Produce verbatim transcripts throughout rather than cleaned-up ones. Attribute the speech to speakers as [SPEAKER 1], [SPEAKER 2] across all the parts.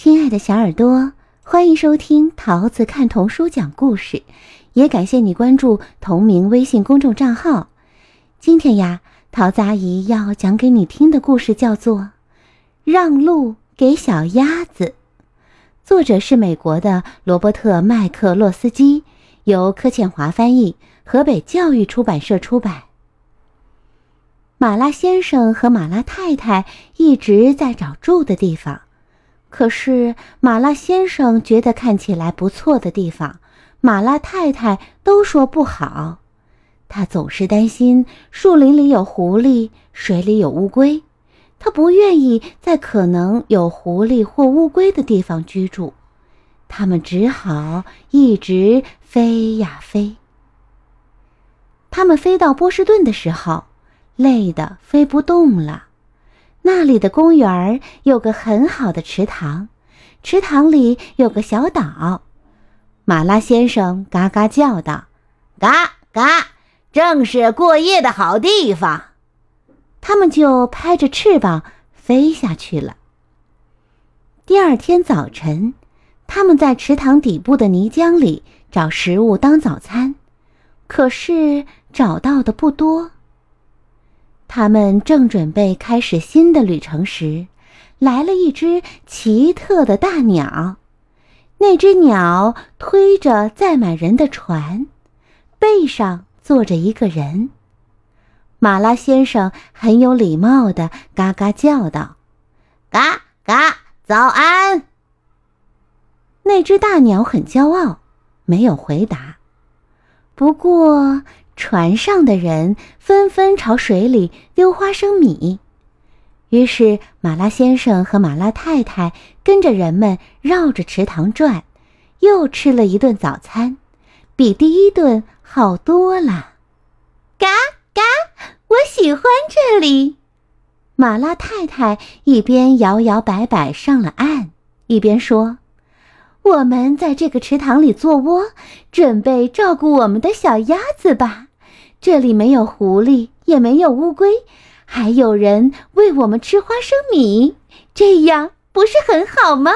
[SPEAKER 1] 亲爱的小耳朵，欢迎收听桃子看童书讲故事，也感谢你关注同名微信公众账号。今天呀，桃子阿姨要讲给你听的故事叫做《让路给小鸭子》，作者是美国的罗伯特·麦克洛斯基，由柯倩华翻译，河北教育出版社出版。马拉先生和马拉太太一直在找住的地方，可是马拉先生觉得看起来不错的地方，马拉太太都说不好。他总是担心树林里有狐狸，水里有乌龟，他不愿意在可能有狐狸或乌龟的地方居住。他们只好一直飞呀飞。他们飞到波士顿的时候，累得飞不动了。那里的公园有个很好的池塘，池塘里有个小岛。马拉先生嘎嘎叫道：嘎嘎，正是过夜的好地方。他们就拍着翅膀飞下去了。第二天早晨，他们在池塘底部的泥浆里找食物当早餐，可是找到的不多。他们正准备开始新的旅程时，来了一只奇特的大鸟。那只鸟推着载满人的船，背上坐着一个人。马拉先生很有礼貌地嘎嘎叫道：嘎嘎，早安。那只大鸟很骄傲，没有回答。不过船上的人纷纷朝水里丢花生米，于是马拉先生和马拉太太跟着人们绕着池塘转，又吃了一顿早餐，比第一顿好多了。嘎嘎，我喜欢这里。马拉太太一边摇摇摆摆上了岸，一边说：我们在这个池塘里做窝，准备照顾我们的小鸭子吧。这里没有狐狸，也没有乌龟，还有人喂我们吃花生米，这样不是很好吗？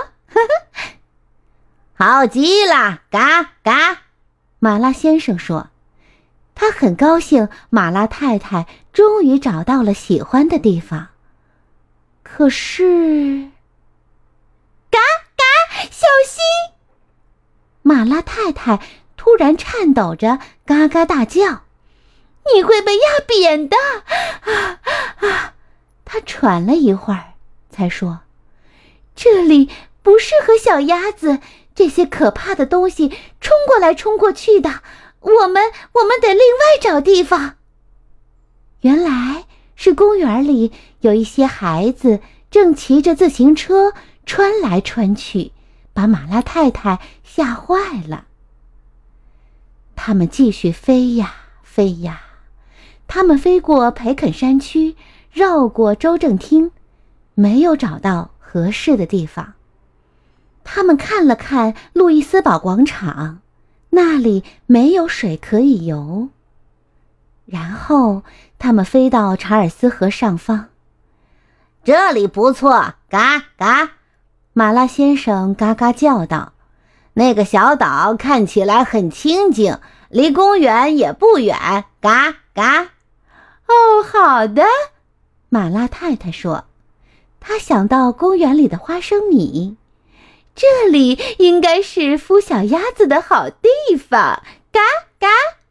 [SPEAKER 1] 好极了，嘎嘎，马拉先生说。他很高兴马拉太太终于找到了喜欢的地方。可是，嘎嘎，小心！马拉太太突然颤抖着嘎嘎大叫：你会被压扁的！啊啊！他喘了一会儿，才说：这里不适合小鸭子，这些可怕的东西冲过来冲过去的，我们我们得另外找地方。原来是公园里有一些孩子正骑着自行车穿来穿去，把马拉太太吓坏了。他们继续飞呀飞呀，他们飞过培肯山区，绕过州政厅，没有找到合适的地方。他们看了看路易斯堡广场，那里没有水可以游。然后他们飞到查尔斯河上方。这里不错，嘎嘎，马拉先生嘎嘎叫道。那个小岛看起来很清静，离公园也不远，嘎嘎。哦，好的，马拉太太说。她想到公园里的花生米，这里应该是孵小鸭子的好地方，嘎嘎。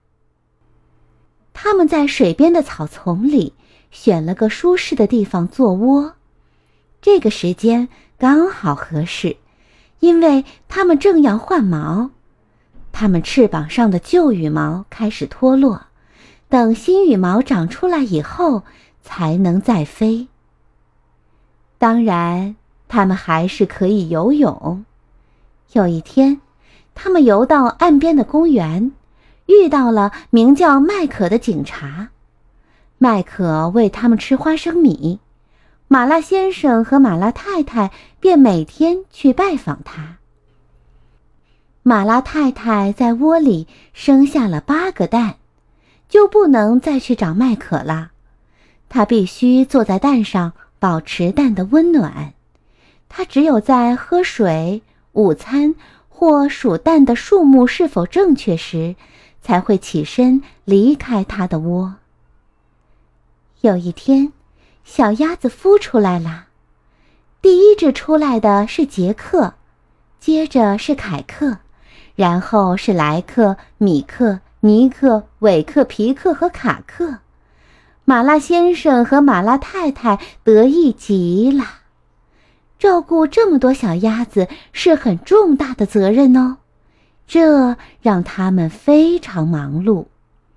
[SPEAKER 1] 他们在水边的草丛里选了个舒适的地方做窝，这个时间刚好合适，因为它们正要换毛。它们翅膀上的旧羽毛开始脱落，等新羽毛长出来以后才能再飞。当然，它们还是可以游泳。有一天，他们游到岸边的公园，遇到了名叫麦可的警察。麦可喂他们吃花生米，马拉先生和马拉太太便每天去拜访他。马拉太太在窝里生下了八个蛋，就不能再去找麦可了。她必须坐在蛋上保持蛋的温暖。 他只有在喝水、午餐或数蛋的数目是否正确时，才会起身离开他的窝。有一天，小鸭子孵出来了。第一只出来的是杰克，接着是凯克，然后是莱克、米克、尼克、韦克、皮克和卡克。马拉先生和马拉太太得意极了。照顾这么多小鸭子是很重大的责任哦，这让他们非常忙碌。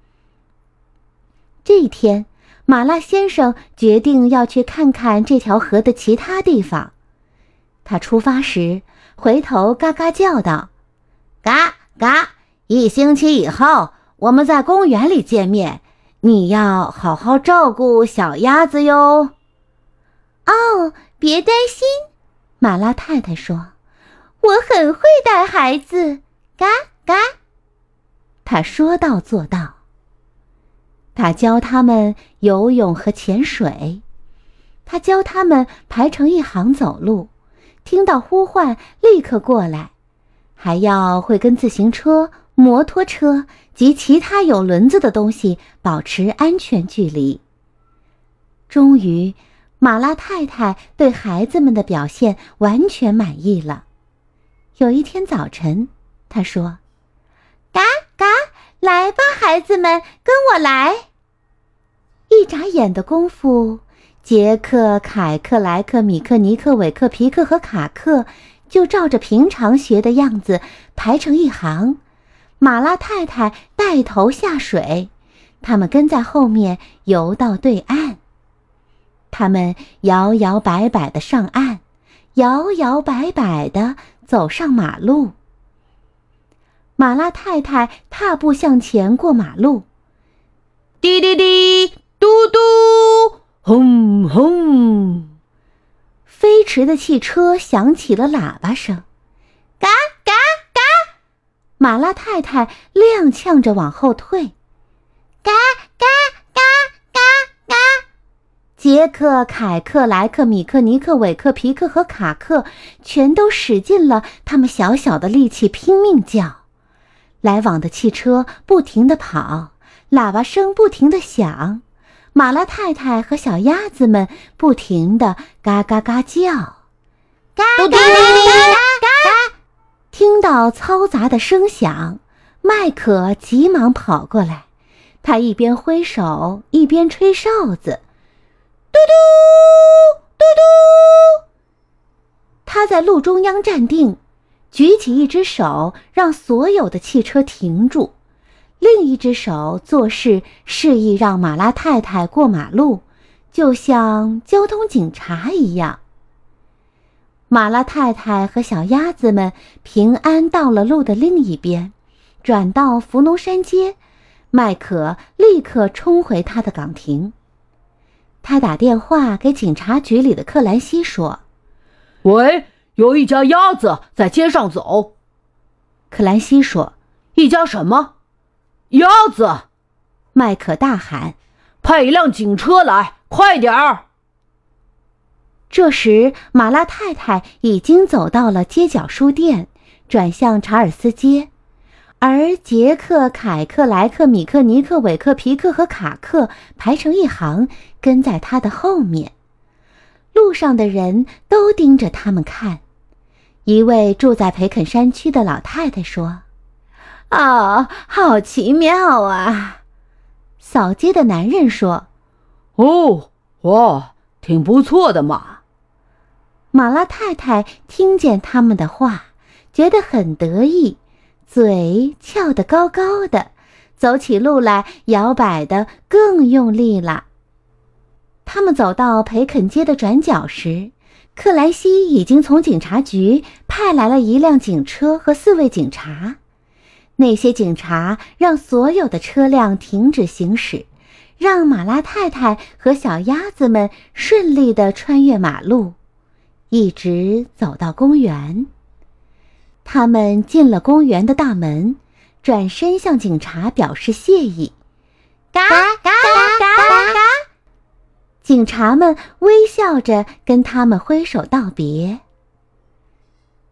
[SPEAKER 1] 这一天，马拉先生决定要去看看这条河的其他地方。他出发时，回头嘎嘎叫道：“嘎嘎，一星期以后，我们在公园里见面。你要好好照顾小鸭子哟。”哦，别担心，马拉太太说，我很会带孩子，嘎嘎。他说到做到。他教他们游泳和潜水，他教他们排成一行走路，听到呼唤立刻过来，还要会跟自行车、摩托车及其他有轮子的东西保持安全距离。终于，马拉太太对孩子们的表现完全满意了。有一天早晨，她说：“嘎嘎，来吧，孩子们，跟我来。”一眨眼的功夫，杰克、凯克、莱克、米克、尼克、韦克、皮克和卡克就照着平常学的样子排成一行。马拉太太带头下水，他们跟在后面游到对岸。他们摇摇摆摆地上岸，摇摇摆摆地走上马路。马拉太太踏步向前过马路，滴滴滴，嘟嘟，轰轰，飞驰的汽车响起了喇叭声，嘎嘎嘎，马拉太太踉跄着往后退，嘎嘎嘎嘎嘎。杰克、凯克、莱克、米克、尼克、韦克、皮克和卡克全都使尽了他们小小的力气，拼命叫。来往的汽车不停地跑，喇叭声不停地响，马拉太太和小鸭子们不停地嘎嘎嘎叫，嘎嘎嘎嘎嘎。听到嘈杂的声响，麦克急忙跑过来，他一边挥手一边吹哨子，嘟嘟嘟嘟。他在路中央站定，举起一只手让所有的汽车停住，另一只手做事示意让马拉太太过马路，就像交通警察一样。马拉太太和小鸭子们平安到了路的另一边，转到福农山街，麦克立刻冲回他的岗亭。他打电话给警察局里的克兰西说：“
[SPEAKER 2] 喂，有一家鸭子在街上走。”
[SPEAKER 1] 克兰西说：“
[SPEAKER 2] 一家什么？鸭子！”
[SPEAKER 1] 麦克大喊：“
[SPEAKER 2] 派一辆警车来，快点儿！”
[SPEAKER 1] 这时，马拉太太已经走到了街角书店，转向查尔斯街，而杰克、凯克、莱克、米克、尼克、韦克、皮克和卡克排成一行，跟在他的后面。路上的人都盯着他们看。一位住在培肯山区的老太太说：“哦，好奇妙啊！”扫街的男人说：“
[SPEAKER 2] 哦，哇，挺不错的嘛。”
[SPEAKER 1] 马拉太太听见他们的话，觉得很得意，嘴翘得高高的，走起路来摇摆得更用力了。他们走到培肯街的转角时，克莱西已经从警察局派来了一辆警车和四位警察。那些警察让所有的车辆停止行驶，让马拉太太和小鸭子们顺利地穿越马路，一直走到公园。他们进了公园的大门，转身向警察表示谢意。嘎嘎嘎嘎嘎！警察们微笑着跟他们挥手道别。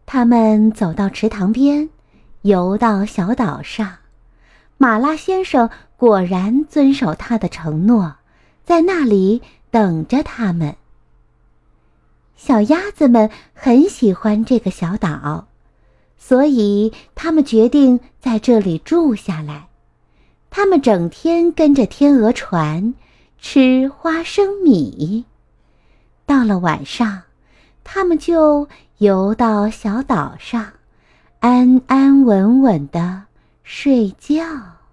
[SPEAKER 1] 他们走到池塘边，游到小岛上。马拉先生果然遵守他的承诺，在那里等着他们。小鸭子们很喜欢这个小岛，所以他们决定在这里住下来。他们整天跟着天鹅船，吃花生米。到了晚上，他们就游到小岛上，安安稳稳地睡觉。